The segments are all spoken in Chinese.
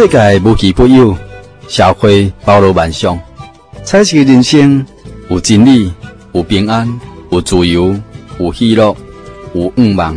世界无奇不有，社会包罗万象。彩色人生有真理，有平安，有自由，有喜乐，有愿望。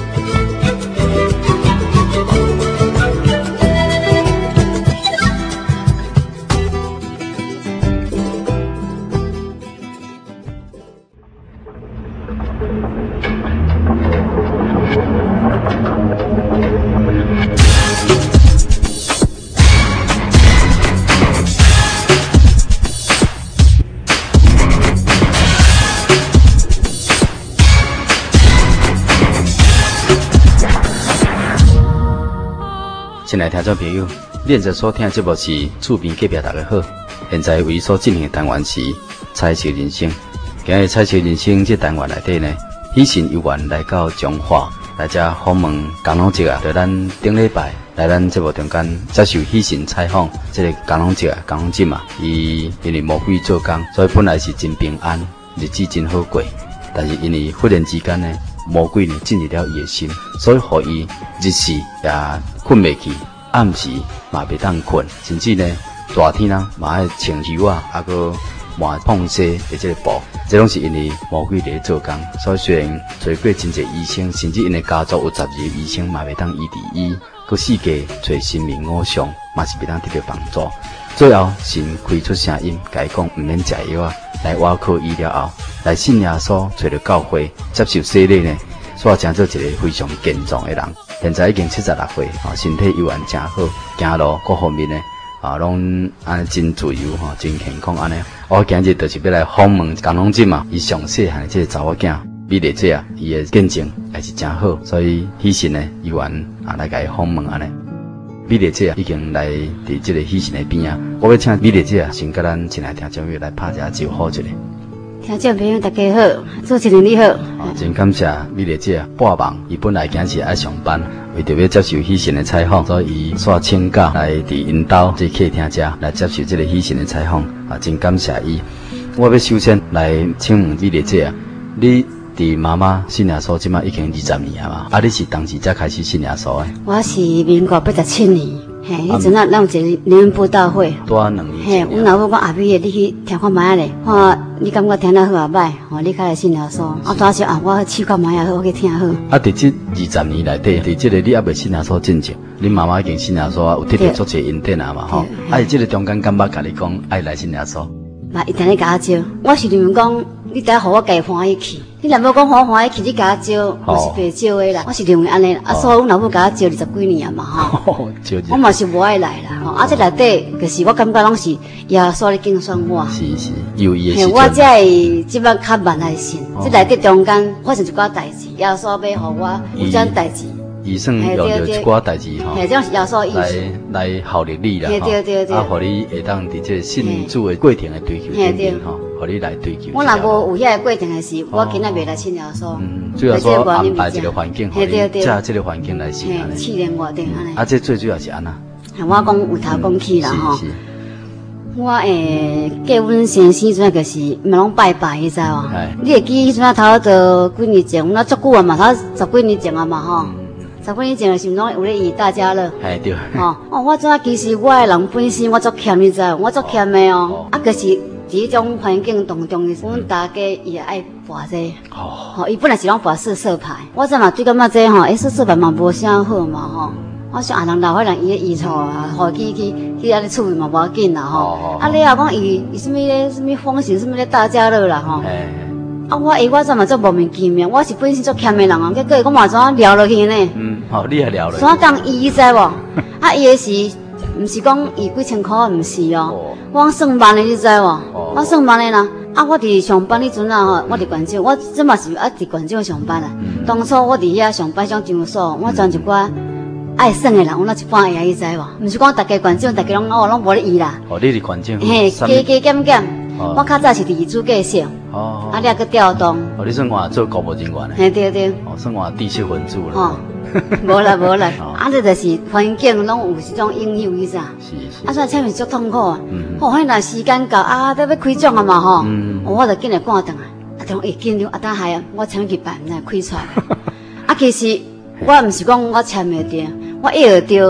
亲爱的听众朋友，你现在所听的节目是《厝边隔壁大家好》，现在为所进行的单元是《彩色人生》。今日《彩色人生》这单元内底呢，喜信有缘来到彰化，来这访问江龙节啊，在咱顶礼拜来咱节目中间接受喜信采访，这个江龙节啊，江龙节嘛，伊因为魔鬼做工，所以本来是真平安，日子真好过，但是因为忽然之间呢，魔鬼呢进入了伊的心，所以互伊日时也困袂去，暗时嘛袂当困，甚至呢大天啊嘛爱穿袖啊，还佫换碰洗的这个布，这拢是因为魔鬼在做工。所以虽然找过真侪医生，甚至因的家族有12个医生嘛袂当医治伊，佫世界找神明偶像嘛是袂当得到帮助。最后神开出声音，甲伊讲毋免食药啊，来挖靠医了后，来信耶稣，找到教会，接受洗礼呢，所以成做一个非常健壮的人。现在已经76岁，身体有缘真好，走路各方面呢，拢安真自由真健康安尼。我今日就是要来访问江龙姐嘛，伊上细汉这个查某囝美丽姐啊，伊的见证也是真好，所以喜信呢有缘来甲伊访问安尼。美丽姐啊，已经来伫这个喜信的边啊，我要请美丽姐啊，先甲咱亲爱听众朋友来拍一下招呼一下。 听众朋友大家好，主持人你好。 真感谢美丽姐啊，半梦伊本来今日爱上班，为着要接受喜信的采访，所以伊煞请假来伫因兜这客厅遮来接受这个喜信的采访真感谢伊。我要首先来请问美丽姐啊，你伫妈妈信耶稣即马已经20年啊嘛？你是当时才开始信耶稣的？ 我是民国87年。嘿，迄阵咱有一个联恩布道会， 多2年。 嘿，阮老母讲阿美的，你去听看卖咧，看你感觉听得好啊歹，你开来信耶稣。当时我试看卖啊好，我去听好。伫这20年内底，伫这个你还未信耶稣之前，恁妈妈已经信耶稣有得到足侪恩典啊嘛吼。这个中间敢捌甲你讲爱来信耶稣？ 嘛，伊等咧甲我招，我是认为讲，你得互我家欢喜去。你若要讲互我欢喜去，你甲我招，我是白招的啦。我是认为安尼，所以阮老母甲我招20几年啊嘛吼。我嘛是无爱来啦，这内底就是我感觉拢是耶稣咧竞选我。 是，有伊的时阵。 我才会即摆较慢来信，这内底中间发生一寡代志，耶稣要互我有种代志。 伊算用着一寡代志吼， 这种是耶稣意思来效力你啦， 对， 互你会当伫这信主的过程的追求中间吼，互你来追求。 我若无有遐个过程的时，我今仔袂来信耶稣。 主要说安排一个环境，互你借这个环境来信安尼。 试炼我对安尼。 这最主要是安那。 我讲有头讲起啦吼。我嫁阮先生阵就是嘛拢拜拜，你知无？你会记迄阵头都几年前，阮足久啊嘛，头10几年前啊嘛吼。10几年前是拢有咧以大家乐， 对， 我其实我的人本身我足欠，你知无？我足欠的哦，就是伫迄种环境当中，阮大家也爱博这，伊本来是拢博色牌，我嘛对感觉这色牌嘛无啥好嘛吼，我想人老岁人伊咧遗错啊，互去安尼处理嘛无要紧啦吼，你也讲伊什么风行什么咧大家乐啦吼。我怎么做莫名其妙？我是本身做欠的人结果我嘛怎聊落去呢？ 你也聊落去。 怎讲伊知无？伊的是，毋是讲伊几千块，毋是哦。我算万的，你知无？我算万的啦。我伫上班迄阵我伫县长，我这嘛是伫县长上班啦。当初我伫遐上班上场所，我专一寡爱算的人，我那一半会你知无？毋是讲大家县长，大家拢无咧伊啦。 你是县长？ 嘿，加减。我较早是伫主计上，你还佫调动。 你算我做公务人员的。 嘿，对。 算我知识分子了。 无啦。这就是环境拢有一种影响，你知？是。所以前面足痛苦啊。迄若时间到都要开奖啊嘛吼。我就紧来赶转来，等紧张等下我前面去办来开出来。其实我毋是讲我签袂着，我会着，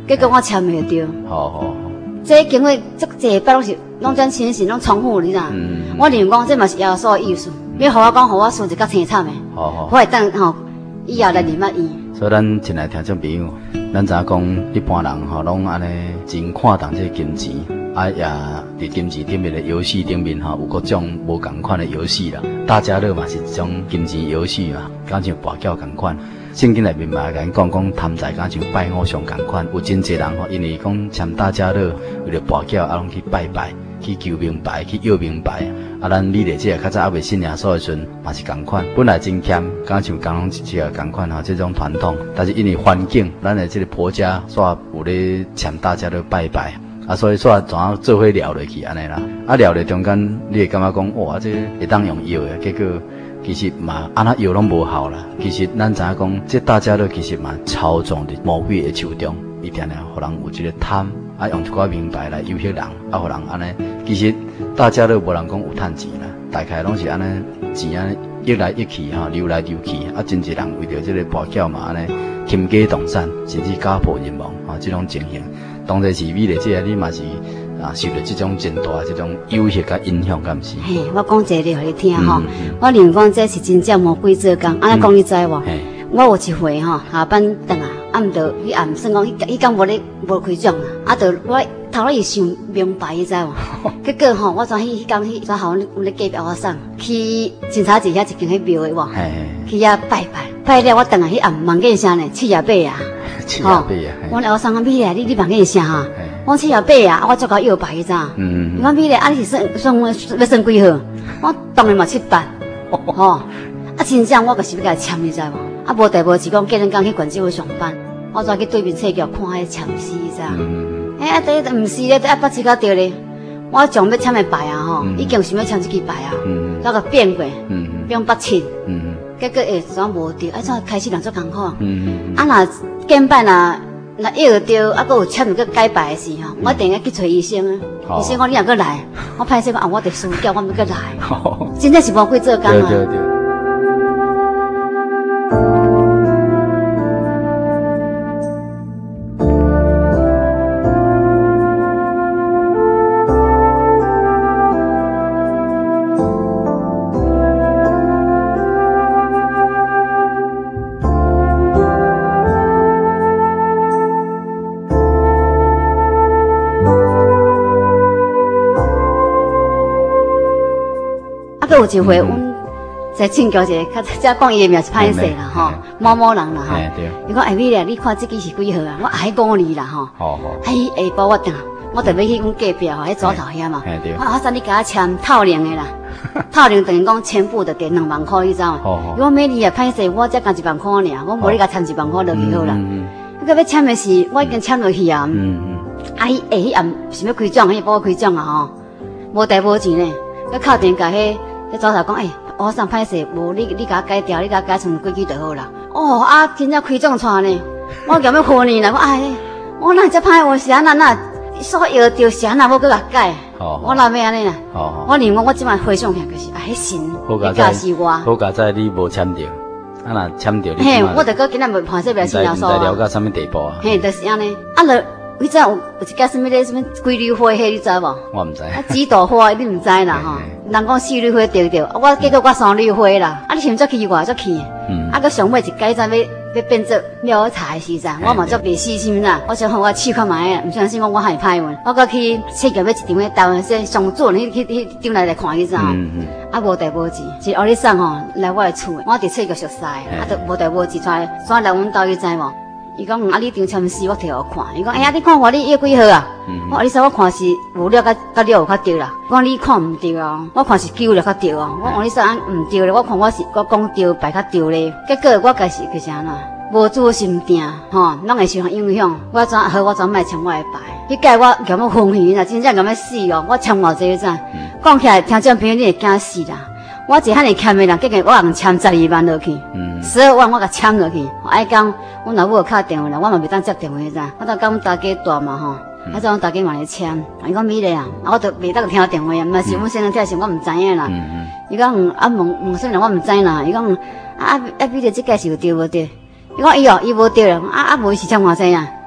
结果我签袂着。 好， 这经过足济摆拢转亲信，拢重复，你知？我认为讲这嘛是耶稣的意思，要互我讲，互我说一较清惨的。我会等以后来认捌伊。 所以咱亲爱听众朋友，咱知影讲一般人拢安尼真看重这金钱，也伫金钱顶面的游戏顶面有各种无共款的游戏啦。大家乐嘛是一种金钱游戏嘛，敢像跋筊共款。圣经内面嘛甲讲贪财敢像拜偶像共款，有真侪人因为讲签大家乐为了跋筊拢去拜拜，去求名牌，去要名牌。咱美丽姐较早还未信耶稣的时阵嘛是共款，本来真欠，敢像讲拢一个共款这种传统，但是因为环境，咱的这个婆家煞有咧签大家乐拜拜。所以煞怎样做伙聊落去安尼啦？聊咧中间，你会感觉讲哇，这会当用药的，结果其实嘛，安那药拢无效啦。其实咱知影讲，这大家乐其实嘛操纵伫魔鬼的手中，一定咧，互人有一个贪，用一寡名牌来诱惑人，互人安尼。其实大家乐无人讲有趁钱啦，大概拢是安尼钱安尼溢来溢去流来流去，真侪人为着这个跋筊嘛安尼倾家动产，甚至家破人亡这种情形。当然是美丽姐，你嘛是受到这种真大这种诱惑甲影响，敢是？ 嘿，我讲一个互你听我认为讲这是真正魔鬼做工，安尼讲你知无？我有一回下班回来，毋着伊暗算讲，伊讲无开奖就我头一想明白，你知无？结果我昨迄天昨下有咧隔壁我送去警察局遐一间迄庙的无？去遐拜了，我回来迄暗问见啥呢？七爷八啊！ 七爷八啊！ 我来我送美丽，你问见啥我七爷八啊！我足够摇摆，你知？你讲美丽你是算要算几号？我当然嘛700，真正我就是要甲伊签，你知无？无代无志讲，今日刚去管制会上班，我再去对面册局看迄签诗，你知？第毋是咧，第8七个对咧，我将要签的牌已经想要签这支牌那个变过，变8七，结果怎无对？怎开始人做艰苦？若见摆若摇着，搁有签着改牌的事我一定要去找医生医生讲你若搁来，我歹势讲我得输掉，我要搁来，真正是魔鬼做工对。有一回，阮在请教者，才讲伊的名是歹势啦某人啦伊讲美丽，你看这支是几号啊？我还5年啦下晡我特别去阮隔壁迄左头遐嘛。我说你甲我签套龄的啦，套龄等于讲全部就给2万块，你知吗？如果美丽啊歹势，我才加1万块尔，我无你甲签1万块落去好啦。那个要签的是，我已经签落去啊。迄暗想要开奖，迄帮我开奖无代无志呢，佮敲电甲迄早头讲，我上歹势，无你甲我改掉，你甲我改成几支就好啦。真正开奖出呢，我强要昏你啦，我哪遮歹话是安那所摇着是安那要搁甲改，我哪要安尼啦？我认为我即摆回想起来就是迄神，伊教是我。 好佳在你无签着，若签着你。 我着搁今仔无判说袂是了数。 唔知了到什么地步啊？ 就是安尼。你知有一家什么龟绿花迄你知无？ 我唔知。 紫豆花你唔知啦人讲4绿花对着，我结果我3绿花啦。你是毋足气外足气？佮上尾一改站要变做庙茶的时阵，我嘛足袂死心啦。我想我试看卖毋相信我还歹运。我佮去册局要一张迄台湾说上准迄张来看去咋？无代无志，是后日送来我的厝，我伫册局熟悉，都无代无志带来阮兜去知无？伊讲你张签诗我摕互看，伊讲你看我你摇几号啊？你说我看是5了甲6有较对啦。我讲你看毋对我看是9了较对我你说毋对咧，我看我讲对牌较对咧。结果我家是安那，无主心定拢会受影响。我怎莫签我的牌？迄届我强要昏去啦，真正强要死我签偌济咋？讲起来，听众朋友你会惊死啦！我一遐尼欠的人，结果我人签12万落去，12万我甲签落去。讲，阮老母敲电话啦，我嘛袂当接电话咋？我当讲阮大家大嘛再阮大家嘛来签。伊讲美丽啊，我都袂当听电话毋是阮先生听是我毋知影啦。伊讲问什么我毋知啦。伊讲美丽这届是有对无对？伊讲伊无对啦。无伊是签偌济啊？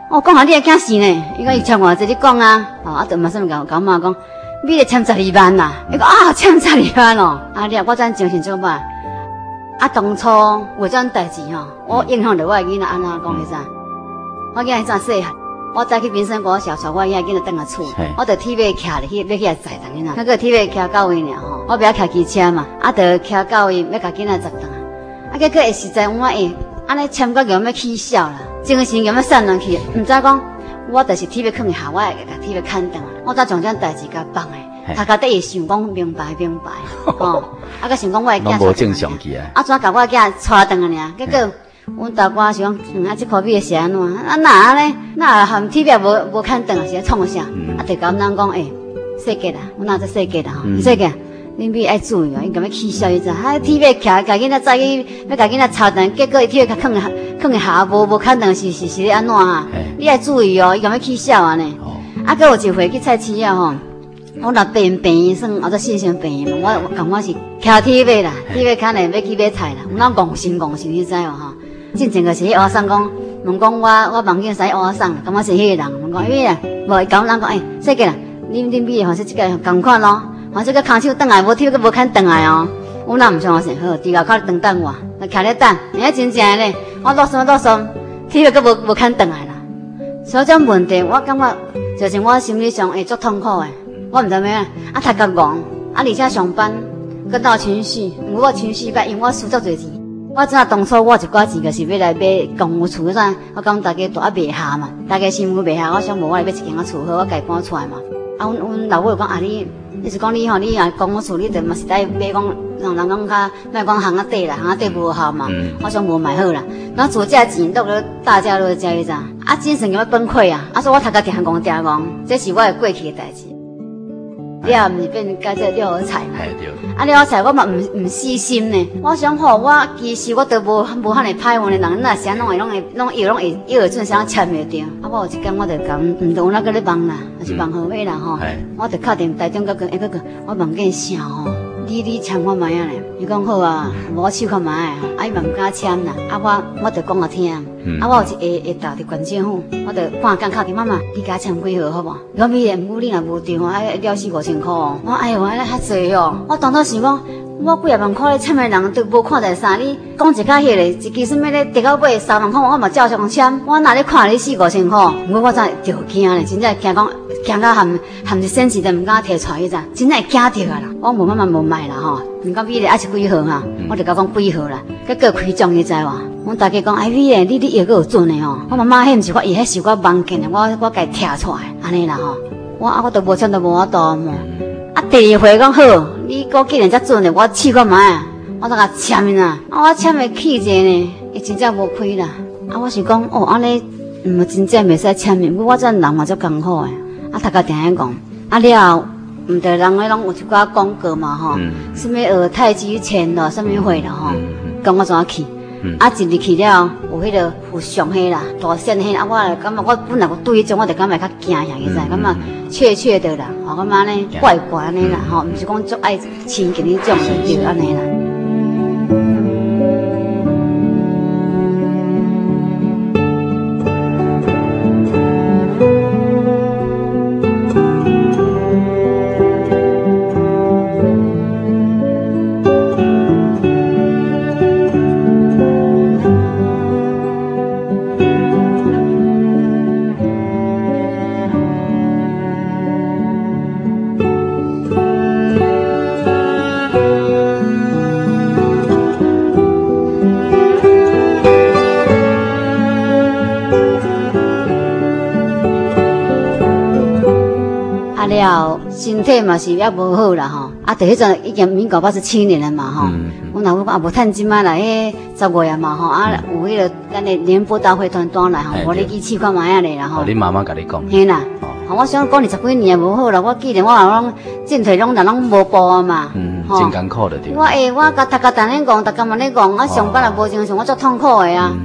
我讲下你个囝死呢，伊讲伊签偌济你讲啊，啊，就马上甲我妈讲，你得签12万呐，伊讲啊，签12万哦，啊，你我真精神做办？啊，当初为这代志吼，我影响着我囡仔安怎讲迄啥？我囡仔迄阵细汉，我早去民生国小带我囡仔倒来厝，我着铁马徛咧去，要去载人囡仔，那个铁马徛到位尔吼，我不要徛机车嘛，啊，着徛到位要甲囡仔载倒，啊，结果会实在我安尼签到要起笑啦，精神要散乱去，毋知讲我着是铁马放下，我会甲铁马砍倒，我才将这代志甲放诶。他家底会想讲明白，吼，啊，佮想讲我的囝无正常去啊， 啊，怎甲我的囝带倒来尔？结果阮大哥想，啊，这科比是安怎？啊，哪呢？哪含铁表无砍倒是创啥？啊，就甲咱讲，世界啦，阮哪只世界啦？吼，世界，恁必爱注意哦，伊咁要起笑伊知？啊，铁表徛，甲囡仔载去，要甲囡仔带倒，结果伊铁表甲放下，无砍倒是咧安怎啊？你爱注意哦，伊咁要起笑啊呢？啊，佮有一回去菜市啊吼。我若病算或者心情病嘛，我感觉是徛铁马啦，铁马牵咧要去买菜啦，有那戆心，你知无吼？进前个是迄学生讲，问讲我梦见使学生，感觉是迄个人，问讲因为无讲人讲，世界啦，恁比吼说这个共款咯，吼这个骹手倒来无铁佫无牵倒来哦，我那毋相信，好，猪头壳等等我，徛咧等，真正咧，我落手，铁佫无牵倒来啦，所以这问题我感觉就是我心理上会足痛苦诶。我毋知咩啊，啊，读甲戆，而且上班，佮闹情绪，我情绪歹，因为我输足侪钱。我知影当初我一寡钱，就是要来买公务厝啥，我讲大家都还袂下嘛，大家心袂下，我想无我来买一间厝好，我家搬出来嘛。啊，阮老母讲啊，你是讲你吼，你若公务厝，你着嘛是得买讲，让人讲较，莫讲行底啦，行底无效嘛。我想无买好啦，然后做这钱落了大家都加一张，啊，精神要崩溃啊！啊，所以我头家定讲，这是我的过去的代志。你也毋是变改做六合彩嘛？啊，六合彩我嘛毋死心呢。我想吼，我其实我都无遐尼歹运的人，那啥拢会会准啥签袂着。啊，我有一天我就讲，毋着有那个咧问啦，还是问号码啦吼。我就敲电台中个，我问见啥吼？你签我买啊咧？伊讲好啊，我手看买啊，伊嘛毋敢签啦。啊，我就讲互听。啊，我有一下打伫县政府，我就半工敲电妈妈，你甲签几号好无？我咪连母你若无对吼，了4,500块哦。我哎呦，安尼遐济哦！我当初想讲，我几万块咧签的人都无看在啥，你讲一较迄个，一支什么咧，直到尾3万块，我嘛照常签。我哪咧看你4,500块？不过我真着惊咧，真正惊讲惊到含一身钱都毋敢摕出来，真正会惊着啊啦！我无慢慢无买啦吼，毋讲比咧爱是几号哈，我就甲讲几号啦，结果开奖你知无？阮大家讲，哎，你药阁有准的吼。我妈妈迄毋是我，伊迄是我盲见的，我家摕出来，安尼啦吼。我都无签都无法度嘛。啊，第二回讲好，你既然遮准的，我试看卖啊，我甲签啦。啊，我签的气者呢，伊真正无开啦。啊，我是讲，哦，安尼，真正袂使签名，我这人嘛足艰苦的。啊，大家定喺讲，啊了，毋得人迄拢有一寡广告嘛吼，什么学太极拳咯，什么会啦吼，讲我怎啊去？啊，一入去了，有迄个有上迄啦，大线迄，啊，我感觉我本来我对迄种我就感觉较惊吓，你知？感觉确的啦，吼，感觉呢怪安尼啦，吼，毋是讲足爱亲近迄种就安尼啦。了，身体嘛是也无好啦吼，啊，就迄阵已经民国87年了嘛吼，我老母讲啊无趁钱啊来迄10月啊嘛吼，啊有迄个咱的联播大会团单来吼，无你去试看卖啊咧啦吼。恁妈妈甲你讲？ 嘿啦，吼，我想讲20几年也无好啦，我既然我拢进退拢无步啊嘛， 真艰苦的对。 我甲大家单咧讲，大家嘛咧讲，我上班也无正常，我足痛苦的啊。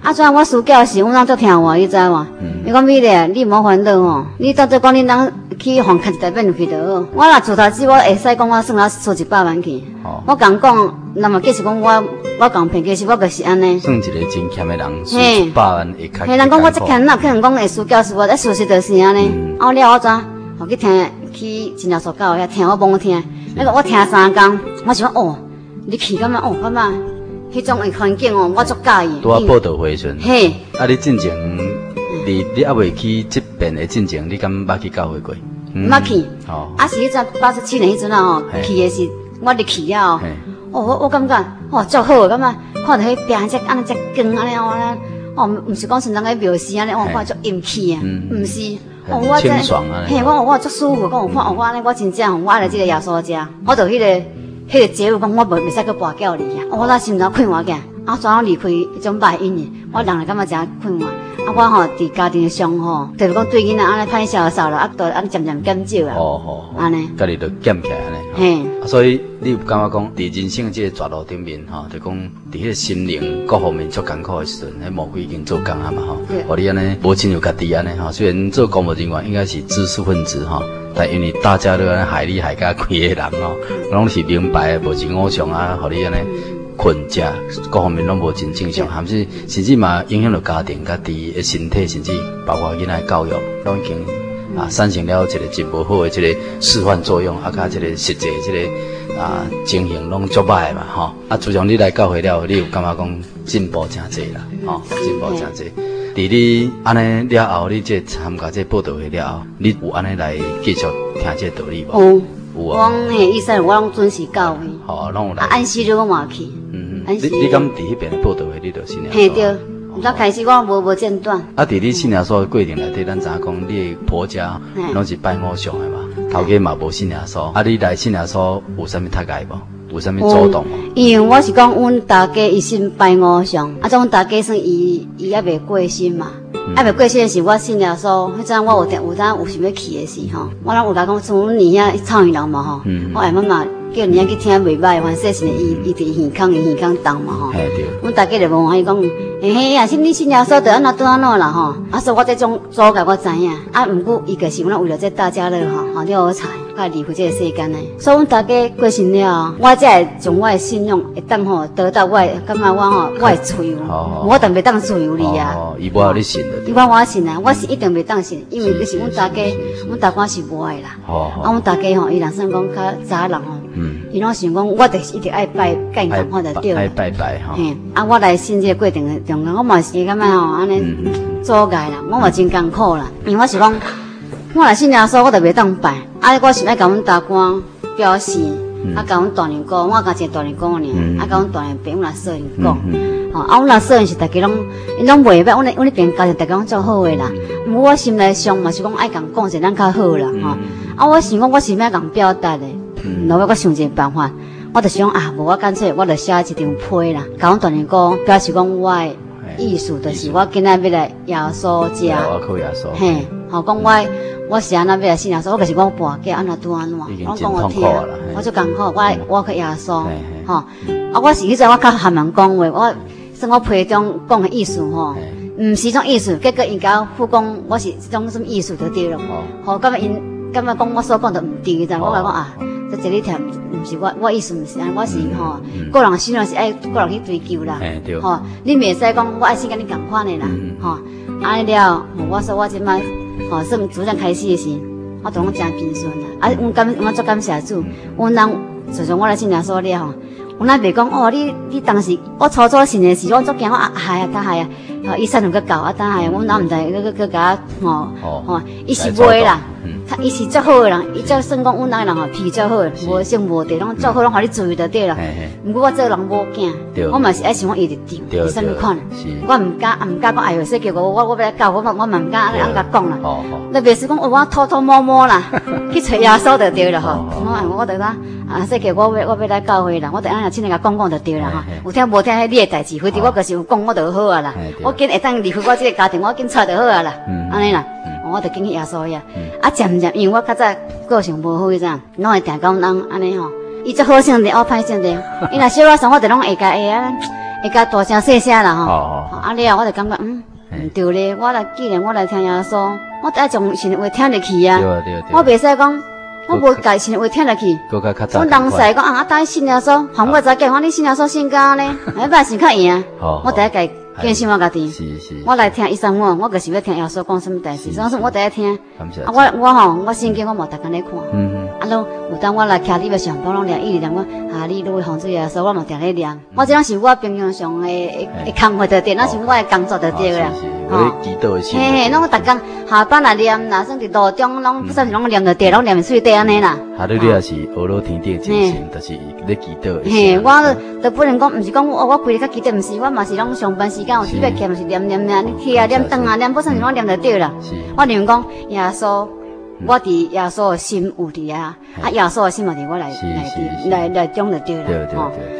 啊，怎我输教时，阮人足听话，你知无？伊讲美丽，你莫烦恼吼，你当作讲你人去房开一台免去就好。我若自头子，我会使讲我算了出100万去。我讲讲，那么计是讲我讲骗，其实我就是安尼。 算一个真欠的人，输100万会开。 嘿，人讲我这欠那可能讲会输教时，我事实就是安尼。啊，了我怎？我去听去诊疗所教遐听，我帮我听。那个我听3工，我想哦，你去感觉哦，感觉迄种的环境哦，我足介意。 拄啊报道会阵。 嘿。 啊，你进前，你还未去这边的进前，你敢捌去教会过？ 捌去。哦。啊，是迄阵87年迄阵啊吼，去的是我入去了哦。我感觉哦足好，感觉看到迄边只安尼只光安尼哦，毋是讲像人个庙寺安尼，我看足阴气啊，毋是。 哦，我清爽啊！ 嘿，我足舒服，讲我看我安尼，我真正我爱来这个耶稣家，我就迄个节日讲，我袂使去跋筊你啊！我那心头困活起，啊，怎样离开迄种歹因呢？我人来感觉真困活，啊，我吼伫家庭上吼，特别讲对囡仔安尼歹消少了，啊，都安渐渐减少啊。安尼， 家己就减起来安尼。嘿，所以你有感觉讲，伫人生这个绝路顶面吼，就讲伫迄个心灵各方面足艰苦的时阵，迄魔鬼已经做工啊嘛吼，互你安尼无亲像家己安尼吼。虽然做公务人员应该是知识分子吼，但因为大家都安尼害你害甲几个人吼，拢是明白无是偶像啊，互你安尼困食各方面拢无真正常，甚至嘛影响到家庭家己的身体，甚至包括囡仔教育，拢已经。产生了一个真无好的这个示范作用，啊，甲这个实际这个情形拢足歹嘛，吼。啊，自从你来教会了，你有感觉讲进步真济啦，吼，进步真济。伫你安尼了后，你这参加这报道会了后，你有安尼来继续听这道理无？有啊。 我嘿，意思我拢准时教会。 吼，拢有来。 安息日我嘛去。 你敢伫迄边的报道会，你就信了？ 嘿对。那开始我无间断。 啊，伫你信仰所的过程内底，咱知影讲你的婆家拢是拜偶像的嘛，头家嘛无信仰所。啊，你来信仰所有啥物特解无？有啥物主动无？ 因为我是讲，阮大家一心拜偶像，啊，种大家算伊还未过身嘛，还未过身是我信仰所，迄阵我有想要去的时吼，我拢有甲讲，像阮年遐草原人嘛吼，我下晚嘛。叫人家去听袂歹，反正是伊伫耳康动嘛吼。阮大家就问我伊讲，嘿啊，你信仰所得安怎啦吼？啊，所以我这种做个我知影，啊，毋过伊个是阮为了这大家乐吼，了好彩，甲离开这个世间呢。所以阮大家过身了，我才会从我的信仰会当吼得到我感觉我吼我会自由，我当袂当自由你啊。 伊无你信的。 伊我信啊，我是一定袂当信，因为就是阮大家是无爱啦。啊，阮大家吼，伊人算讲较早人吼。伊拢想讲，我就是一直爱拜干讲话就对了。爱拜吼。嘿，啊，我来信这个过程中，我嘛是感觉吼，安尼阻碍啦，我嘛真艰苦啦。因为我是讲，我来信耶稣，我就袂当拜。啊，我是爱甲阮大官表示，啊，甲阮大人讲，我甲一个大人讲尔，啊，甲阮大人伯，阮来说人讲。吼，啊，阮来说人是大家拢，因拢袂歹，阮迄边家庭大家拢足好诶啦。毋过我心内上嘛是讲爱甲讲者咱较好啦，吼。啊，我想讲我是要甲表达的。然后我想一个办法，我就想啊，无我干脆我就写一张批啦，甲阮大人讲，表示讲我的意思就是我今仔要来耶稣家， 我靠耶稣， 嘿，好讲我是安那要来信耶稣，我就是讲跋筊安那拄安怎，我讲我听，我就艰苦，我去耶稣，吼，啊，我是迄阵我较含人讲话，我算我批中讲的意思吼，毋是种意思，结果因甲副讲我是种什么意思就对了，吼，感觉因感觉讲我所讲的毋对，但我讲啊。这里听毋是我意思毋是安，我是吼个人信仰是爱个人去追求啦，吼，你袂使讲我爱先跟你共款的啦，吼，安尼了，我说我即摆吼算逐渐开始的时，我都拢真平顺啦，啊，我足感谢主，阮人自从我来信仰所了吼，阮咱袂讲哦，你当时我初信的时，我足惊我害啊，害啊，吼，伊3个教啊，等害，阮人毋知个甲吼，伊是袂啦。伊是足好诶人，伊才算讲阮那人吼脾气好，无性无地，拢足好，拢互你注意就对啦。毋过我做人无惊，我嘛是爱想讲伊就对，是啥物款？我毋敢讲哎哟，说叫我要来教我嘛毋敢安尼甲讲啦。那袂是讲我偷摸摸啦，去找耶稣就对了吼。我就讲说叫我要来教会啦，我就安尼亲自甲讲就对啦吼。有听无听迄你诶代志，反正我就是有讲我就好啊啦。我紧会当离开我这个家庭，我紧出就好啊啦。安尼啦。我就紧去耶稣遐，啊渐渐，因为我较早个性无好，怎，拢会定讲人安尼吼，伊足好性的，我歹性的，伊若小我生，我就拢会甲会啊， 会甲大声细声啦吼。 哦。 啊了，我就感觉毋对咧，既然我来听耶稣，我得爱从神话听入去啊。 对。 我袂使讲，我无家神话听入去。我人使讲啊，等信耶稣，含我早讲，你信耶稣信到呢，下摆是较赢。我得爱坚信我家己。 是。 我来听伊生活，我就是要听耶稣讲什么代志，所以说我得爱听。 啊， 我圣经我无逐工咧看。啊，拢有当我来徛你要上班，拢念，一直念我啊，你如果防止耶稣，我嘛定咧念。我这样是我平常上的工作就对，那是我的工作就对啦。 我祈祷的时。 嘿，拢逐工下班来念，若算伫路中，拢不算是拢念着对，拢念水底安尼啦。 你也是学老天地精神，就是咧祈祷。 嘿，我都不能讲，毋是讲我规日较祈祷，毋是，我嘛是拢上班时间有特别欠，是念，你去啊念灯啊念，不算是拢念着对啦。我认为讲耶稣。我伫耶稣的心有伫啊，耶稣的心嘛伫我来中就对了。对。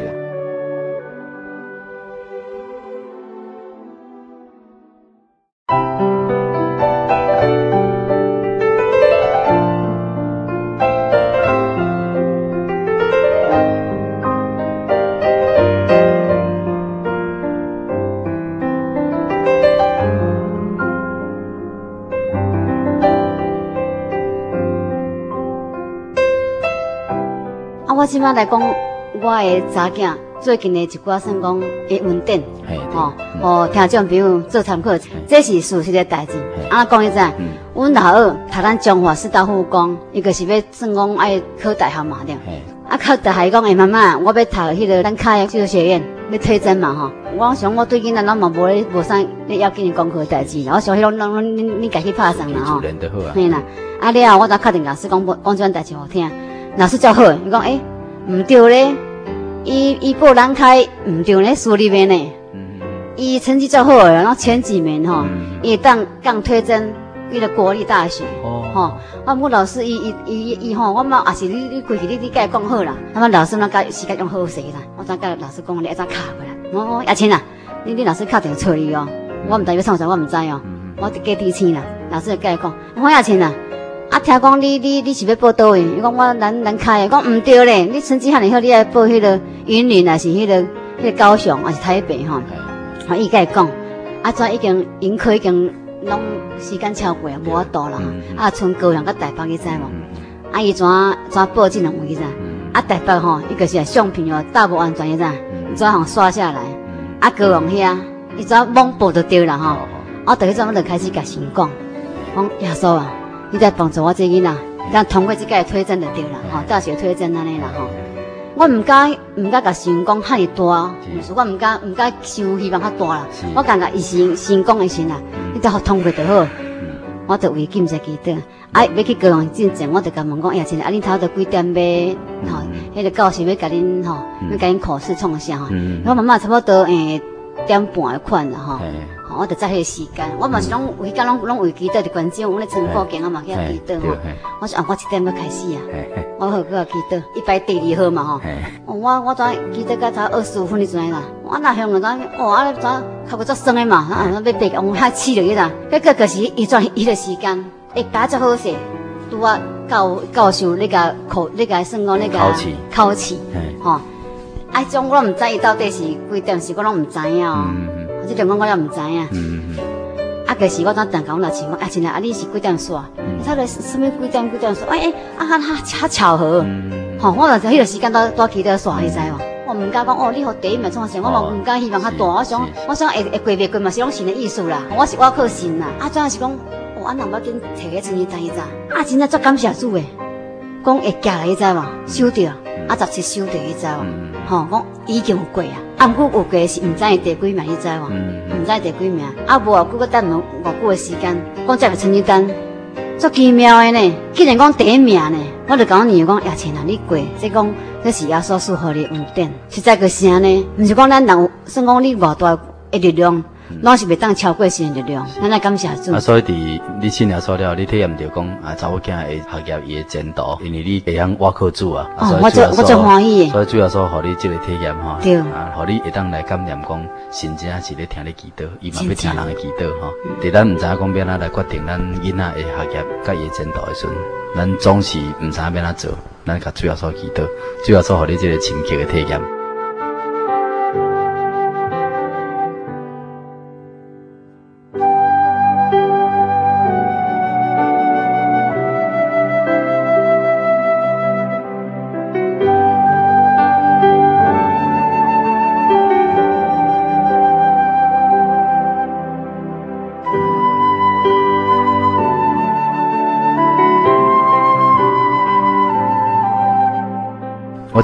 我即摆来讲，我的查囝最近的一寡算讲的文典，互听众朋友做参考，这是事实的代志。讲伊知，阮老二读咱中华师大附工，伊就是要算讲爱考大学嘛对。考大学伊讲，妈妈，我要读迄个咱开技术学院，要推甄嘛吼。我想我对囡仔咱嘛无啥咧要紧功课的代志，我想迄拢你家去拍上啦吼。嘿啦，了我才确定老师讲这款代志好听。老师叫好，伊讲毋对咧，伊报咱开毋对咧，书里面呢，伊成绩较好诶，然后前几名吼，伊当推甄迄个国立大学，我老师伊吼，我嘛也是你过去你甲伊讲好啦，老师那甲时间用好势啦，我才甲老师讲你一早卡过来，我亚青啊，你老师敲电话找伊哦，我毋知要创啥，我毋知哦，我加提醒啦，老师就甲伊讲，我亚青啊。听讲你是要报倒位？伊讲我咱开，讲毋对咧，你成绩遐尼好，你爱报迄个云林，还是迄个高雄，还是台北吼？伊甲伊讲，怎已经营课已经拢时间超过，无法度啦。剩高雄甲台北你知无？伊怎报这两位你知？台北吼，伊就是相片哦，大不安全你知？怎刷下来？高雄遐，伊怎猛报就对啦吼。第一阵我就开始甲神讲耶稣啊。你在帮助我这囡仔，咱通过这个推甄就对啦，大学推甄安尼啦吼。我毋敢甲神讲遐尼大，是我毋敢想希望较大啦。我感觉伊神讲的神啦，你只好通过就好。我就为今在祈祷，要去高雄进前，我就甲问讲，真你头到几点要迄个教授要甲恁要甲恁考试创啥吼？我妈妈差不多1点半的款啦吼。我就在迄个时间，我嘛是拢有迄间拢为祈祷的关键，阮咧村附近啊嘛去祈祷吼。我说我7点要开始啊，我好去祈祷，一摆第2号嘛吼。我昨祈祷到差25分你知啦，我哪向了昨昨较不足酸的嘛，要爬往遐起落去啦。结果就是伊个时间会打足好势，拄啊教授那个算讲那个考试，吼。种我毋知伊到底是几点，是我拢毋知影哦。这点我也毋知影。就是我当讲老师讲，真的你是几点煞？他个什么几点煞？较巧合。我就迄个时间多祈祷煞，你知无？我毋敢讲你互第一名创啥，我嘛毋敢希望较大。我想会过袂过嘛是拢神的意思啦。我是我靠神啦。怎样是讲咱人要紧摕个真知真的足感谢主诶。讲会寄来，你知无？收着，17收着，你知无？讲已经有过啊，毋过有过是毋知第几名，你知无？毋知第几名，无久个等偌久的时间，讲才个成绩单，足奇妙的呢，竟然讲第1名呢，我就甲阮女儿讲，亚青啊，你过，即讲这是耶稣赐予你恩典，实在个啥呢？毋是讲咱人算讲你偌大的力量。拢是袂当超过神的力量，咱来感谢主。 所以伫你信耶稣了，你体验着讲查某囝的学业伊的前途，因为你会晓倚靠主啊。 我足欢喜的。 所以主要说，互你这个体验哈， 对， 互你会当来感念讲，神真是咧听你祈祷，伊嘛要听人的祈祷哈。伫咱毋知影讲要哪来决定咱囡仔的学业甲伊的前途的时阵，咱总是毋知影要哪做，咱甲主要说祈祷，主要说互你这个深刻的体验。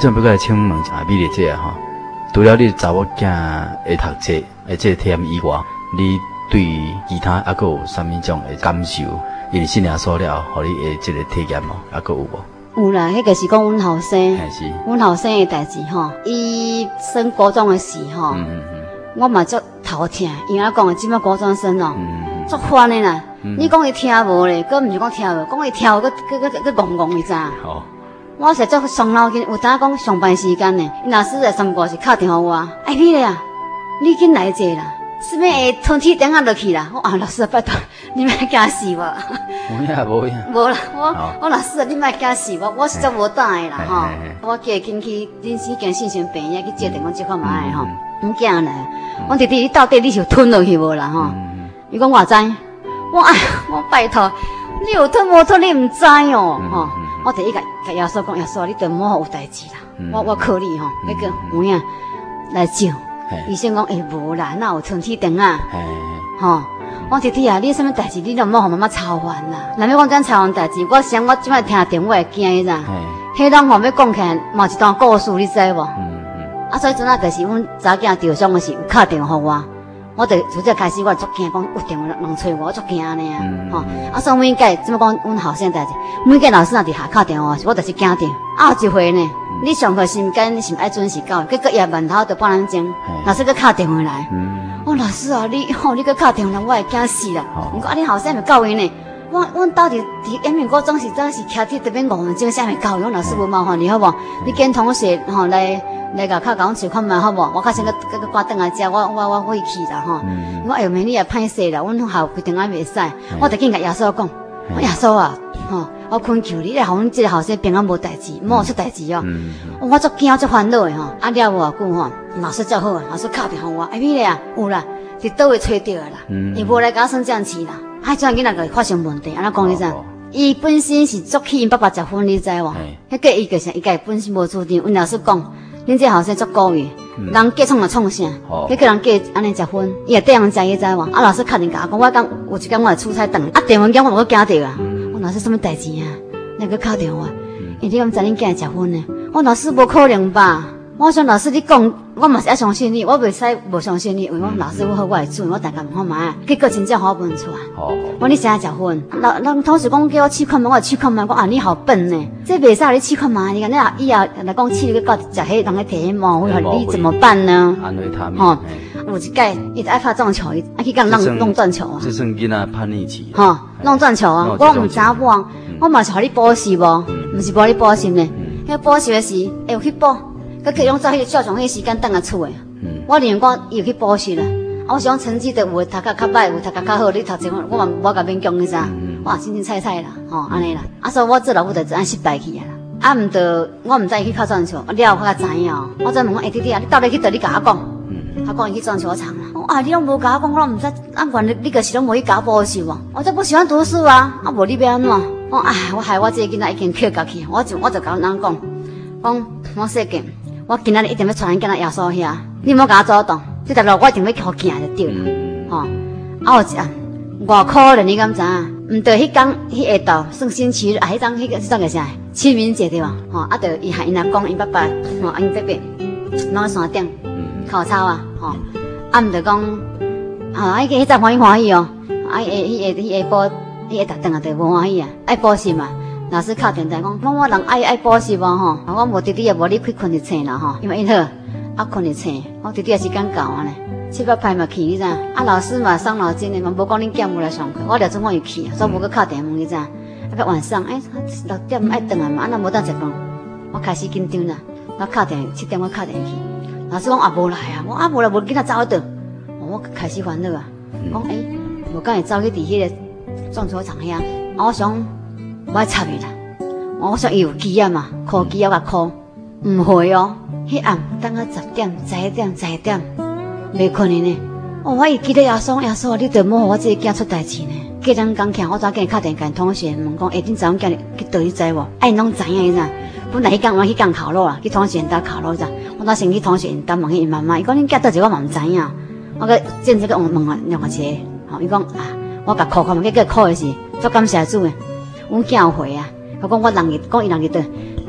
种要过来请问一下美丽姐啊哈，除了你查某囝会读册，这个题以外，你对其他还佫有啥物种的感受？因为信仰所了，互你的这个体验哦，还佫有无？ 有啦，迄个是讲阮后生， 是阮后生的代志吼。伊升高中的时吼，我嘛足头疼，因为讲的即摆高中生哦，足烦的啦。你讲伊听无咧，佫毋是讲听无，讲伊听有佫戆戆，你知影？我实足伤脑筋，有当讲上班时间呢，伊老师在三过是敲电话我，哎你咧啊，你紧来者啦。是要下吞铁顶下落去啦！我啊，老师啊，拜托，你莫惊死我。 无呀，无呀。 无啦，我老师啊，你莫惊死我，我实在无胆的啦吼。我叫紧去临时间信箱病院去接电话即款嘛的吼。唔惊啦，我弟弟你到底你是吞落去无啦吼？伊讲我知，我拜托，你有吞无吞你唔知哦吼。我第一甲耶稣讲，耶稣你对唔好有代志啦。我靠你吼，那个有影来照。医生讲，无啦，哪有吞铁肠啊？吼，我弟弟啊，你什么代志，你都唔好互妈妈操烦啦。若要讲怎操烦代志，我想我即摆听电话会惊伊咋？迄人吼要讲起来，嘛一段故事，你知无？啊，所以阵啊，就是阮查囝受伤的时，有敲电话互我就从这开始，我足惊，讲有电话人找我足惊呢。吼，啊，所以每届即么讲，阮后生代志，每届老师若伫下敲电话，我就是惊着。啊，有一回呢。你上课时间你是毋爱准时到？结果夜晚头就半点钟，老师佮敲电话来。我老师啊，你佮敲电话来，我会惊死啦。你讲你后生咪教伊呢？我到底伫延平高中时真是徛伫特别5分钟，啥咪教伊？我老师无麻烦你好无？你跟同学吼来甲敲阮找看嘛好无？我较先佮赶转来遮，我回去啦吼。我明年你也歹势啦，阮校规定啊袂使，我就紧甲耶稣讲，我耶稣啊，吼。我恳求你，来互阮即个后生平安无代志，莫有出代志哦。我足惊足烦恼的吼，啊了无偌久吼，老师照好啊，老师敲电话我，米咧啊，有啦，伫倒位找着啦，伊无来甲我算账钱啦，即阵囡仔个发生问题，安怎讲你知？伊本身是足气因爸爸结婚，你知无？迄个伊就是伊家本身无注定，阮老师讲，恁这后生足高义，人嫁创就创啥？迄个人嫁安尼结婚，伊也缀人知，你知无？啊，老师敲电话讲，我讲有一天我会出差等，啊，电话响我无惊着啊。老师什么代志啊？那个敲电话，你敢知恁囝结婚呢？我老师无可能吧？我想老师你讲，我嘛是爱相信你，我袂使无相信你，因为我老师我好，我会准，我大家问好嘛。结果真正好问出来。我你啥结婚？人同事讲叫我去看嘛，我去看嘛。我啊你好笨呢，这袂使你去看嘛？你看那以后来讲去个到食迄人个提毛，你怎么办呢？安慰他们。吼，有一届伊爱拍撞球，伊爱去甲弄撞球啊。这算囡仔叛逆期。吼，弄撞球啊！我唔知我嘛是互你补习无，毋是无你补习呢。迄补习的时，会有去补。佮去用在迄个小上迄时间等下厝诶，我连讲伊有去补习啦。我想成绩都有读较歹，有读较好，你读这我嘛无甲勉强你啥，哇，清清菜菜啦，吼，安尼啦。啊，所以我做老母就按失败去啊啦。啊，毋得，我毋知伊去考撞球，了我才知影。我再问我弟弟啊，你到底去倒？你甲我讲，他讲伊去撞球场啦。我啊，你拢无甲我讲，我毋知。啊，原来你个是拢无去甲我补习喎。我就不喜欢读书啊，啊，无你要安怎？我哎，我害我这个囡仔已经缺家去，我就甲人讲，我说过。我今仔日一定要带恁囡仔耶稣遐，你莫甲我走动，这条路我一定要互行就对啦，吼。啊有一暗，5可怜你敢知影？毋对，迄天迄下昼算星期日，啊，迄张迄个是个啥？清明节对吧？吼，啊，就伊喊因阿公，因爸爸，吼，因伯伯，拢在山顶烤草啊，吼。啊，毋就讲，啊，迄阵欢喜哦，啊，迄下晡，迄下顿啊，就无欢喜啊，爱补习嘛。老师敲电话讲，我人爱补习无吼，我无弟弟也无你去困一醒啦吼，因为因好啊困一醒，我弟弟也时间到啊咧，7、8排嘛去，你知？啊老师嘛伤脑筋的嘛，无讲恁囝无来上课，我了准我又去，所以无去敲电话，你知？啊到晚上6点爱转来嘛，啊那无当食饭，我开始紧张啦，我敲电7点我敲电去，老师讲啊无来啊，我无来无囡仔走倒，我开始烦恼啊，讲无敢会走去伫迄个撞球场遐，我想。我爱插伊啦，我想伊有机啊嘛，考机啊甲考，毋会哦。迄暗等到10点、11点，袂困去呢。我伊记得耶稣，你着莫互我这个囝出代志呢。过两工起，我早起敲电话同学问讲，恁昨昏囝去倒去知无？因拢知影伊咋？本来迄天我去讲考路啦，去同学因家考路咋？我当先去同学因家问伊妈妈，伊讲恁囝倒一我嘛毋知影。我个见这个问另外一个，吼，伊讲啊，我甲考看嘛，结果考的是足感谢主的。阮囝有回啊，我讲我人日讲伊人日倒，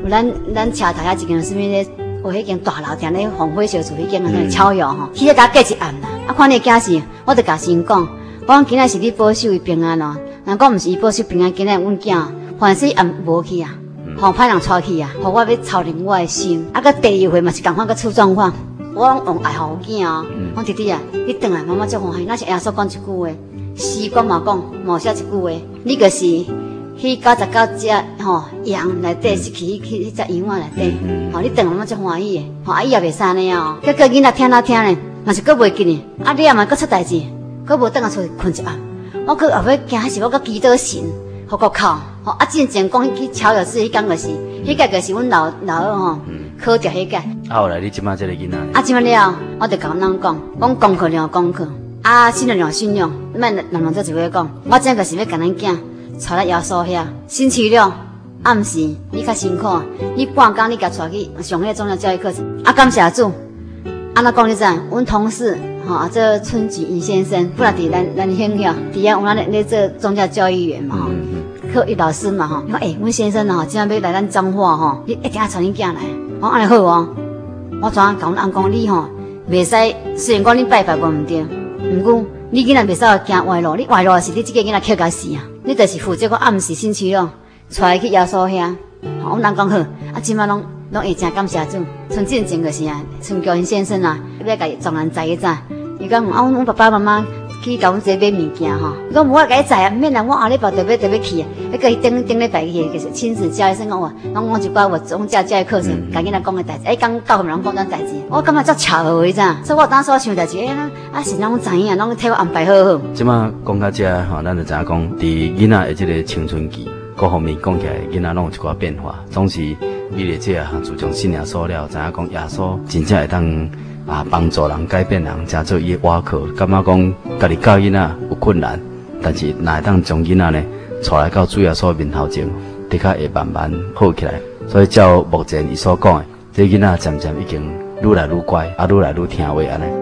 有咱车头遐一间什么咧，有迄间大楼店咧，红火小厝迄间啊，超油吼，去咧甲隔一暗啦。啊，看你惊死，我就甲先讲，我讲今仔是你保守伊平安咯，若讲毋是伊保守平安，今仔阮囝凡是暗无去啊，互歹人带去啊，互我要操练我的心。啊，佮第二回嘛是共款佮出状况，我用爱互囝哦，我弟弟啊，你转来妈妈足欢喜，那是耶稣讲一句话，时光嘛讲，莫写一句话，你就是。去99只吼羊内底失去迄只羊仔内底，吼你等妈妈足欢喜的，吼啊伊也袂使呢哦，结果囡仔听呢，嘛是佫袂记呢，啊你也嘛佫出代志，佫无等下出去困一暗，我佫后尾惊死我佫祈祷神，互国考，吼啊进前讲去超有事迄工就是，迄个就是阮老二吼考掉迄个。 啊后来你即摆这个囡仔， 啊即摆了，我就甲阮翁讲功课了功课，啊信仰了信仰，莫人做一话讲，我真就是要甲咱囝。带来耶稣遐，星期六暗时你较辛苦，你半工你甲带去上迄个宗教教育课程。啊，感谢主，安那讲你知？阮同事吼，这春菊尹先生，本来伫咱乡遐，伫遐有咱咧做宗教教育员嘛吼，课一老师嘛吼。讲阮先生吼，今仔要来咱彰化吼，你一定要带恁囝来。我安尼好哦，我怎甲阮翁讲你吼，袂使虽然讲你拜无毋对，毋过你囡仔袂使行歪路，你歪路是你即个囡仔捡甲死啊！你就是负责个暗时星期六，带去耶稣遐。我人讲好，啊，即摆拢会真感谢主。从进前就是啊，春菊先生啊，要甲伊众人知一知。伊讲啊，阮爸爸妈妈去甲阮这买物件吼。伊讲无我甲伊知啊，免啦，我后礼拜特别去啊。迄个顶礼拜去就是亲子教育，生讲话，拢讲一寡我宗教教育课程，甲囡仔讲个代志。讲教会人讲咱代志，我感觉足巧合的咋。所以我当时我想代志，是拢知影，拢替我安排好好。 即摆讲到这吼，咱就知影讲，伫囡仔的这个青春期，各方面讲起来，囡仔拢有一寡变化。总是美丽姐啊，自从信仰所了，知影讲耶稣真正会当帮助人、改变人，真做伊的倚靠。感觉讲家己教囡仔有困难，但是若会当将囡仔呢带来到主耶稣面头前，的确会慢慢好起来。所以照目前伊所讲的，这囡仔渐渐已经愈来愈乖，愈来愈听话安尼。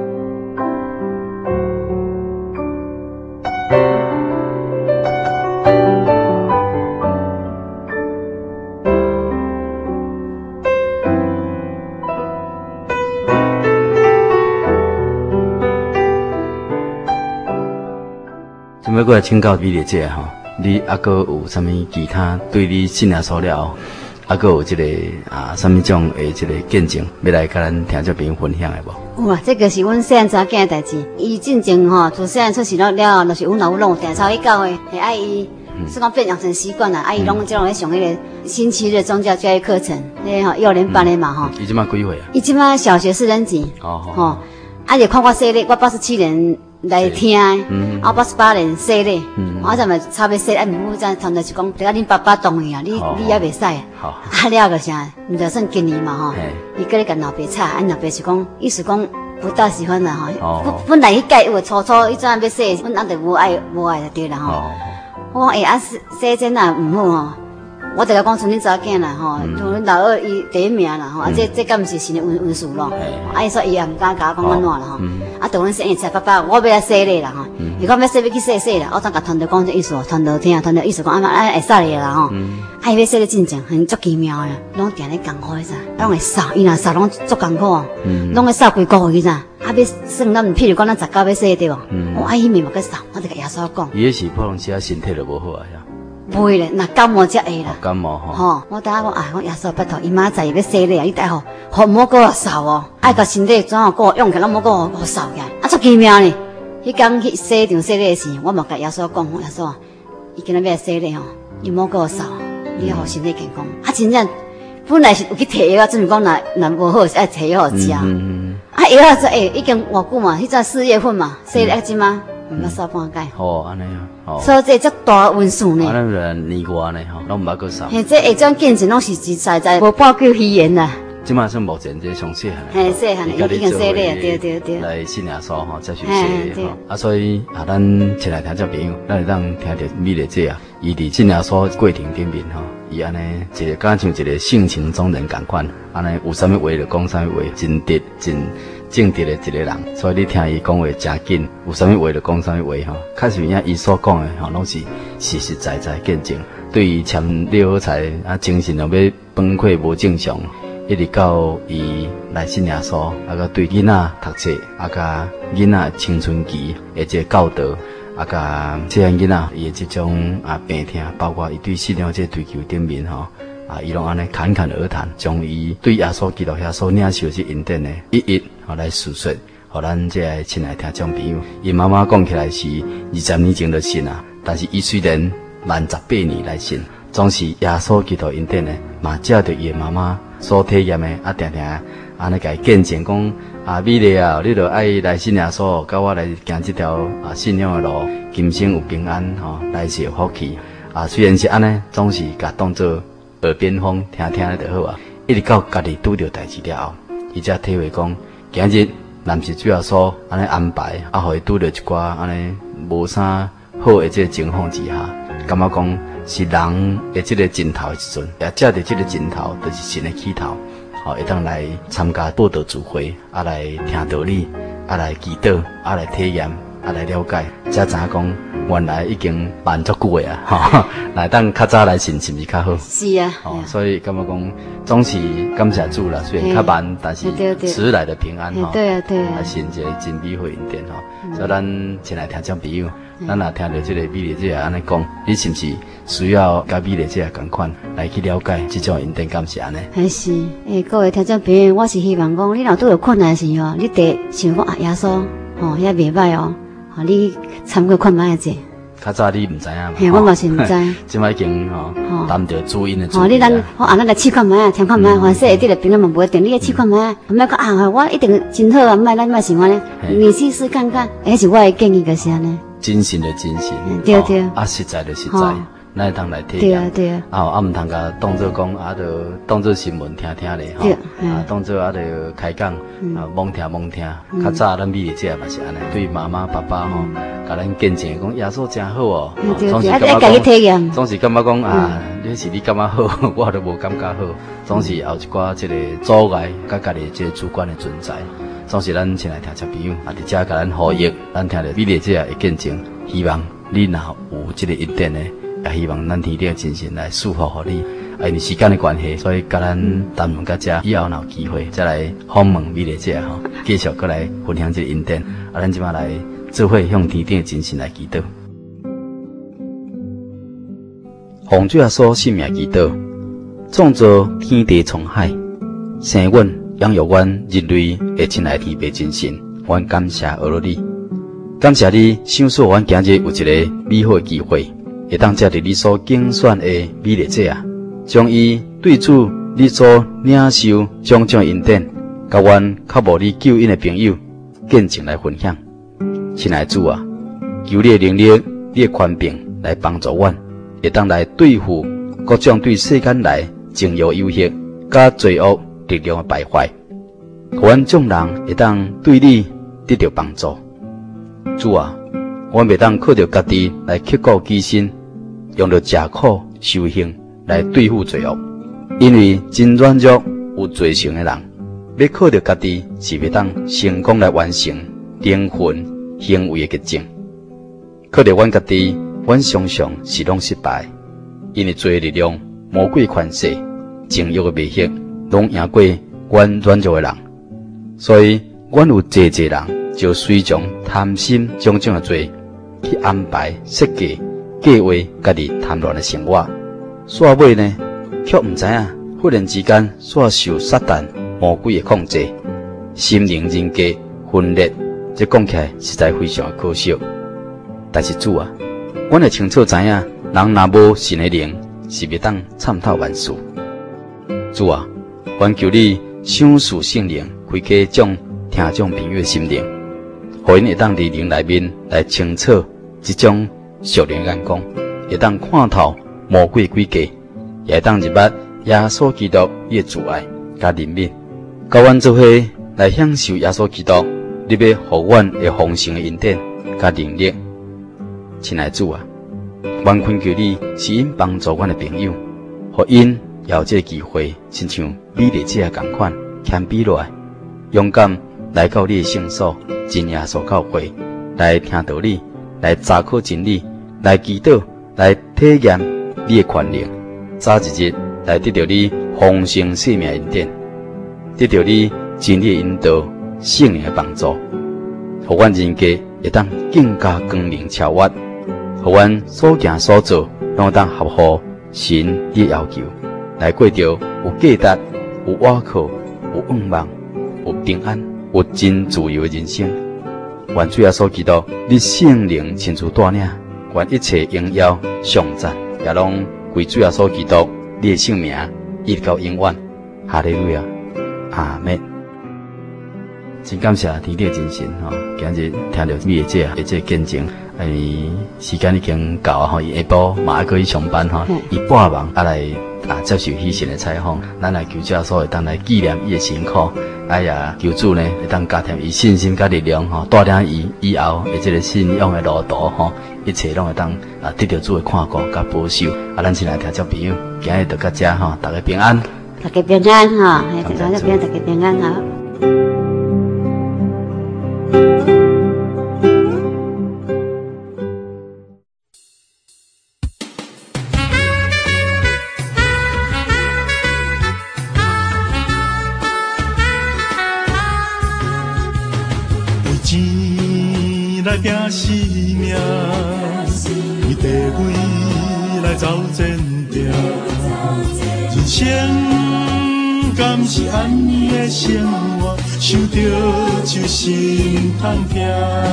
准备过来请教美丽姐吼，你阁有啥物其他对你信仰所了，阁有这个啥物种的这个见证，要来甲咱听众朋友分享的无？ 哇，这个是阮细汉查囝的代志。伊进前吼，自细汉出世了，就是阮老母拢有定操去教会，会爱伊，是讲变养成习惯啦。啊，伊拢即种咧上迄个星期日宗教教育课程，咧吼幼儿园班的嘛吼。 伊即摆几岁啊？ 伊即摆小学4年级。吼，啊，就看我细咧，我87年。来听，啊，88年生的，我怎么差别生？啊，母亲常常是讲，得恁爸爸同意啊，你也袂使。好，啊了个啥？毋就算今年嘛吼，伊跟你甲老爸吵，啊，老爸是讲，意思讲不大喜欢啦吼。本来迄届有初初，伊怎样要生，阮阿就无爱就对啦吼。我讲生真啊毋好吼。我就甲讲，像恁查囝啦吼，像阮老二伊第一名啦吼，啊这敢毋是神的运数咯？啊伊说伊也毋敢甲我讲安怎啦吼，啊等阮说伊爸爸，我要来洗你啦吼，伊讲要洗要去洗啦，我怎甲团队讲这意思哦，团队听，团队意思讲会使你啦吼，啊伊要洗你进前很足奇妙的，拢定咧艰苦啥，拢会扫，伊若扫拢足艰苦，拢会扫几个月啥，啊要算咱譬如讲咱19要洗对无？我阿姨咪嘛去扫，我就甲耶稣讲， 伊迄是普通时身体就无好啊呀。 袂咧，那感冒才会啦。 感冒吼。 吼，我等下讲，我耶稣拜托，伊妈在要洗你啊，你带好，好莫个扫哦，爱甲身体怎样个用起来，莫个扫起来，啊，足奇妙呢。迄天去洗场洗礼时，我嘛甲耶稣讲，耶稣啊，伊今日要洗礼吼，伊莫个扫，你要好身体健康。啊，真正本来是有去摕药，证明讲若无好是爱摕药食。啊，药啊，已经偌久嘛，迄阵4月份嘛，洗礼即嘛。毋捌扫半届。哦， 安尼啊。 所以这足大运数呢。 啊，咱个年外呢吼，拢毋捌去扫。 嘿，这下种见证拢是实实在，无半句虚言啦。 即马算目前这上细汉。 嘿，细汉已经洗礼啊，对。 来信耶稣吼，再去洗吼。啊，所以咱前来听这朋友，咱会当听到美丽姐啊，伊伫信耶稣过程顶面吼，伊安尼一个敢像一个性情中人共款，安尼有啥物话就讲啥物话，真直真。正直的一个人，所以你听伊讲话真紧，有啥物话就讲啥物话吼。确实影伊所讲的吼，拢是实实在在见证。对于签六合彩啊，精神上要崩溃无正常，一直到伊来信耶稣，甲对囡仔读册，甲囡仔青春期的这教导，甲这样囡仔伊的这种病痛，包括伊对信仰这追求顶面伊拢安尼侃侃而谈，将伊对耶稣基督遐所领受这恩典呢，一一来述说，互咱这亲爱听众朋友。伊妈妈讲起来是20年前就信啊，但是伊虽然慢18年来信，总是耶稣基督恩典呢，嘛借着伊的妈妈所体验的，定定安尼甲伊见证讲美丽啊，你著爱来信耶稣，甲我来行这条信仰的路，今生有平安来世有福气虽然是安尼，总是甲当作耳边风，听听就好啊。一直到家己拄着代志了后，伊才体会讲，今日南是主要所安尼安排，互伊拄着一寡安尼无啥好的这个情况之下，感觉讲是人的这个尽头的时阵，也借着这个尽头，就是神的起头，会当来参加报道聚会，来听道理，来祈祷，来体验，来了解，才知影讲。原来已经慢足久的来当较早来信是不是较好？ 是啊， 所以感觉讲总是感谢主啦，虽然较慢，但是迟来的平安对啊， 信一个真美好恩典所以咱前来听众朋友，咱也听到这个美丽姐安尼讲，你是不是需要甲美丽姐同款来去了解这种恩典感是安尼？ 还是各位听众朋友，我是希望讲，你若拄有困难时候，你得想讲耶稣也袂歹你参过看卖者。 较早你唔知影嘛？我嘛是唔知。 即摆已经担着主因的主。 你咱来试看卖听看卖凡事会得平安嘛无一定，你来试看卖唔要讲我一定真好咱莫想安尼，你试试看看，迄是我的建议就是安尼。 真心的真心， 对， 实在的实在，咱会当来体验。 对唔通甲当作讲就当作新闻听咧当作就开讲罔听。较早咱美丽姐嘛是安尼，对妈妈爸爸甲咱见证讲耶稣真好总是感觉讲你是你感觉好，我都无感觉好，总是有一寡这个阻碍，甲家己这个主观的存在。总是咱前来听众朋友伫遮甲咱呼吁，咱听着美丽姐的见证，希望你若有这个恩典呢，也希望咱天地的真神来祝福互你。因为时间的关系，所以甲咱谈论到这，以后若有机会再来访问美丽姐继续过来分享这个恩典。咱即马来做伙向天地的真神来祈祷，奉主耶稣圣名祈祷，创造天地沧海，生阮养育阮人类的亲爱天父真神，阮感谢阿罗你，感谢你赏赐阮今日有一个美好的机会，会当借着你所竞选的美丽姐将伊对主你所领受种种恩典，甲阮较无你救恩的朋友见证来分享。亲爱的主求你的能力、你的权柄来帮助阮，会当来对付各种对世间来情欲诱惑、甲罪恶力量的败坏，互阮众人会当对你得到帮助。主阮袂当靠着家己来刻苦己心，用着吃苦受刑来对付罪恶，因为真软弱有罪性的人，要靠着家己是袂当成功来完成灵魂行为的洁净。靠着阮家己，阮常常是拢失败，因为罪的力量、魔鬼权势、情欲的魅惑，拢赢过阮软弱的人。所以，阮有济人就随从贪心种种的罪去安排、设计、计划家己贪婪的生活。煞尾呢，却唔知忽然之间煞受撒旦魔鬼的控制，心灵人格分裂，这讲起来实在非常的可惜。但是主阮会清楚知影，人若无神的灵，是袂当参透万事。主阮求你赏赐圣灵，开启众听众朋友的心灵，互因会当伫灵内面来清楚这种属灵眼光，会当看透魔鬼诡计，也会当入捌耶稣基督伊的慈爱甲怜悯，甲阮做伙来享受耶稣基督你要互阮的丰盛的恩典甲能力。亲爱的主阮恳求你是因帮助阮的朋友，互因也有这个机会，亲像美丽姐同款谦卑落来，勇敢来到你的圣所真耶稣教会，来听道理，来查考真理，来祈祷，来体验你的权能，早一日来得到你丰盛生命恩典，得到你真理引导、圣灵的帮助，互阮人格会当更加光明超越，互阮所行所做拢会当合乎神的要求，来过着有价值、有倚靠、有盼望、有平安、有真自由的人生。愿主耶稣基督，你圣灵亲自带领，愿一切荣耀、颂赞，也拢归主耶稣基督你的圣名，一直到永远。哈利路亚，阿们。真感谢天地的真神吼，今日听到你的这见证，时间已经到啊吼，伊下晡嘛还去上班吼，伊半晚来接受喜神的采访，咱来求主耶稣会当来纪念伊的辛苦。哎呀，求主呢会当加添伊信心甲力量吼，带领伊以后的这个信仰的路途吼，一切拢会当得到主的看顾甲保守。咱亲爱听众朋友，今日就到这吼，大家平安， 大家平安哈，大家平安哈。 来拼生命，为地位来走前程。人生敢是安尼的生活，受着就心通痛。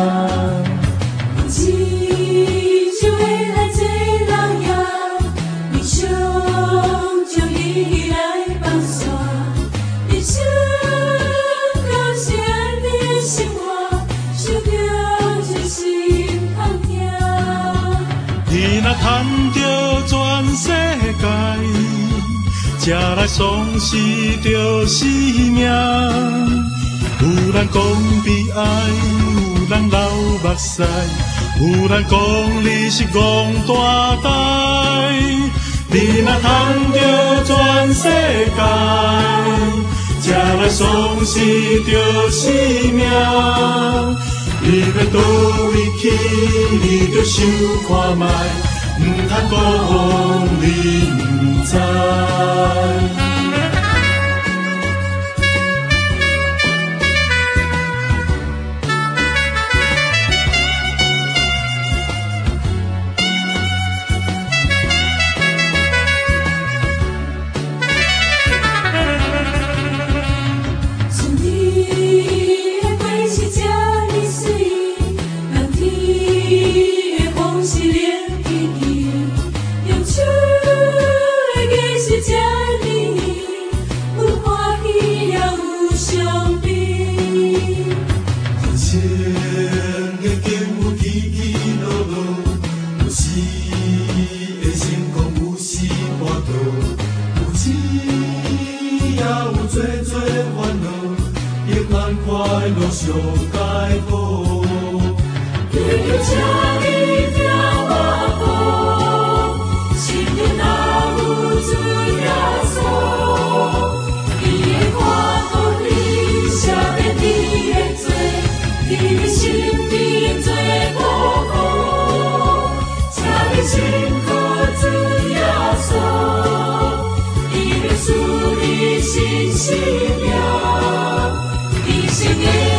就会来做人呀，理想就伊来放线，人生敢是安尼的生活，受着。你若赚着全世界，才来丧失着生命。有人讲悲哀，有人流目屎，有人讲你是戆大台。你若赚着全世界，才来丧失着生命。你要倒位去，你着想看卖，唔通讲你唔知。上解脱，叫着请你听我讲，心中若有主耶稣，伊会看顾你，赦免你的罪，你的心面做无辜，请你信靠主耶稣，伊要赐你新生命，一生的。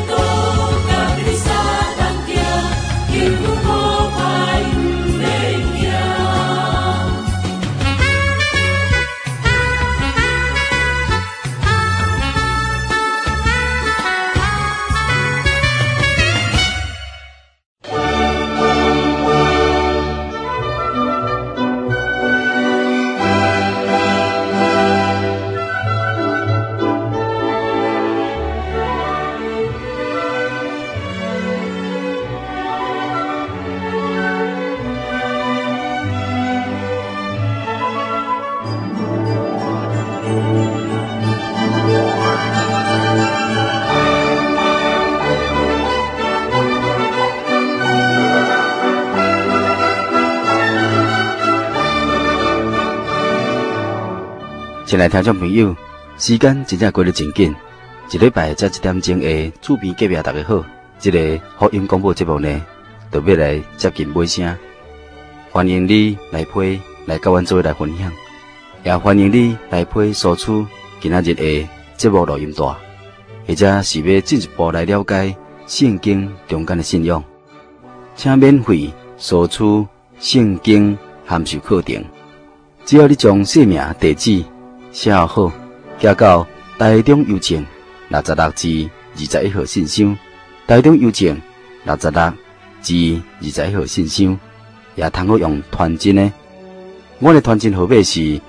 亲爱听众朋友，时间真正过得真紧，一礼拜才1点钟的厝边隔壁大家好，这个福音广播节目呢，就要来接近尾声。欢迎你来陪，来跟阮做来分享。 也欢迎你来配索取今仔日的节目录音带，或者是要进一步来了解圣经中间的信仰，请免费索取圣经函授课程。只要你将姓名、地址写好，寄到台中邮政66至21号信箱，台中邮政66至21号信箱，也通好用传真的。我的传真号码是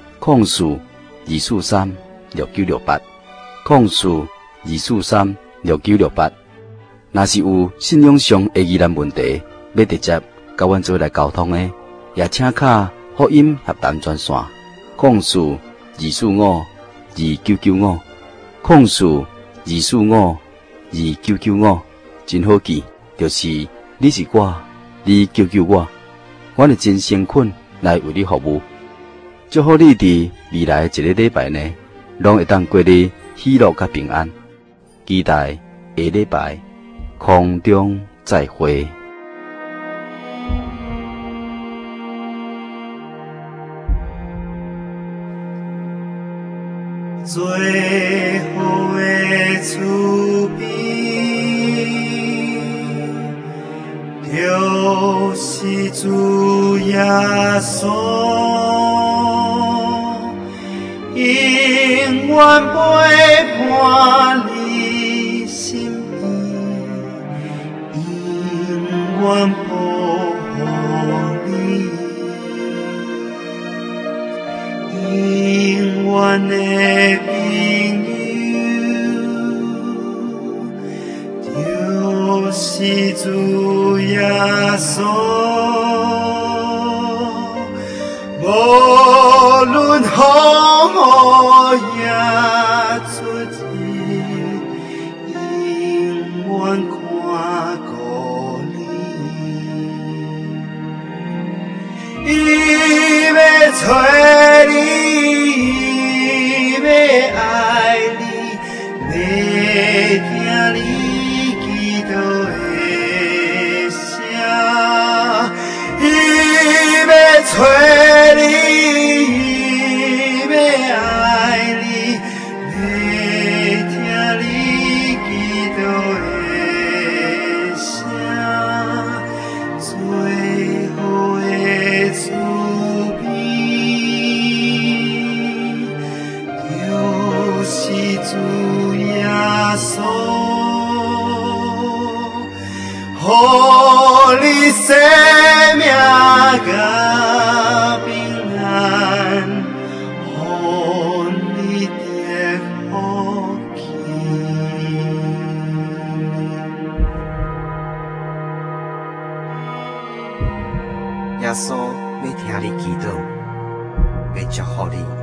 04-243-6968，04-243-6968。若是有信仰上的疑难问题，要直接甲阮做来沟通的，也请卡福音协谈专线04-245-2995，04-245-2995，真好记，就是你是我，你救救我，我会真诚恳来为你服务。祝福你伫未来一个礼拜呢，拢会当过得喜乐甲平安。期待下礼拜空中再会。 最后的慈悲，就是主耶稣，永远陪伴你身边，永远保护你，永远的朋友，就是主耶稣。无论风雨也出现，永远看顾你，伊要找你，伊要爱你，要听你祈祷的声，伊要找你，要爱你，要听你祈祷的声，最后的慈悲，就是主耶稣，予你生命甲平安，予你得福气。 耶稣要听你祈祷，要祝福你。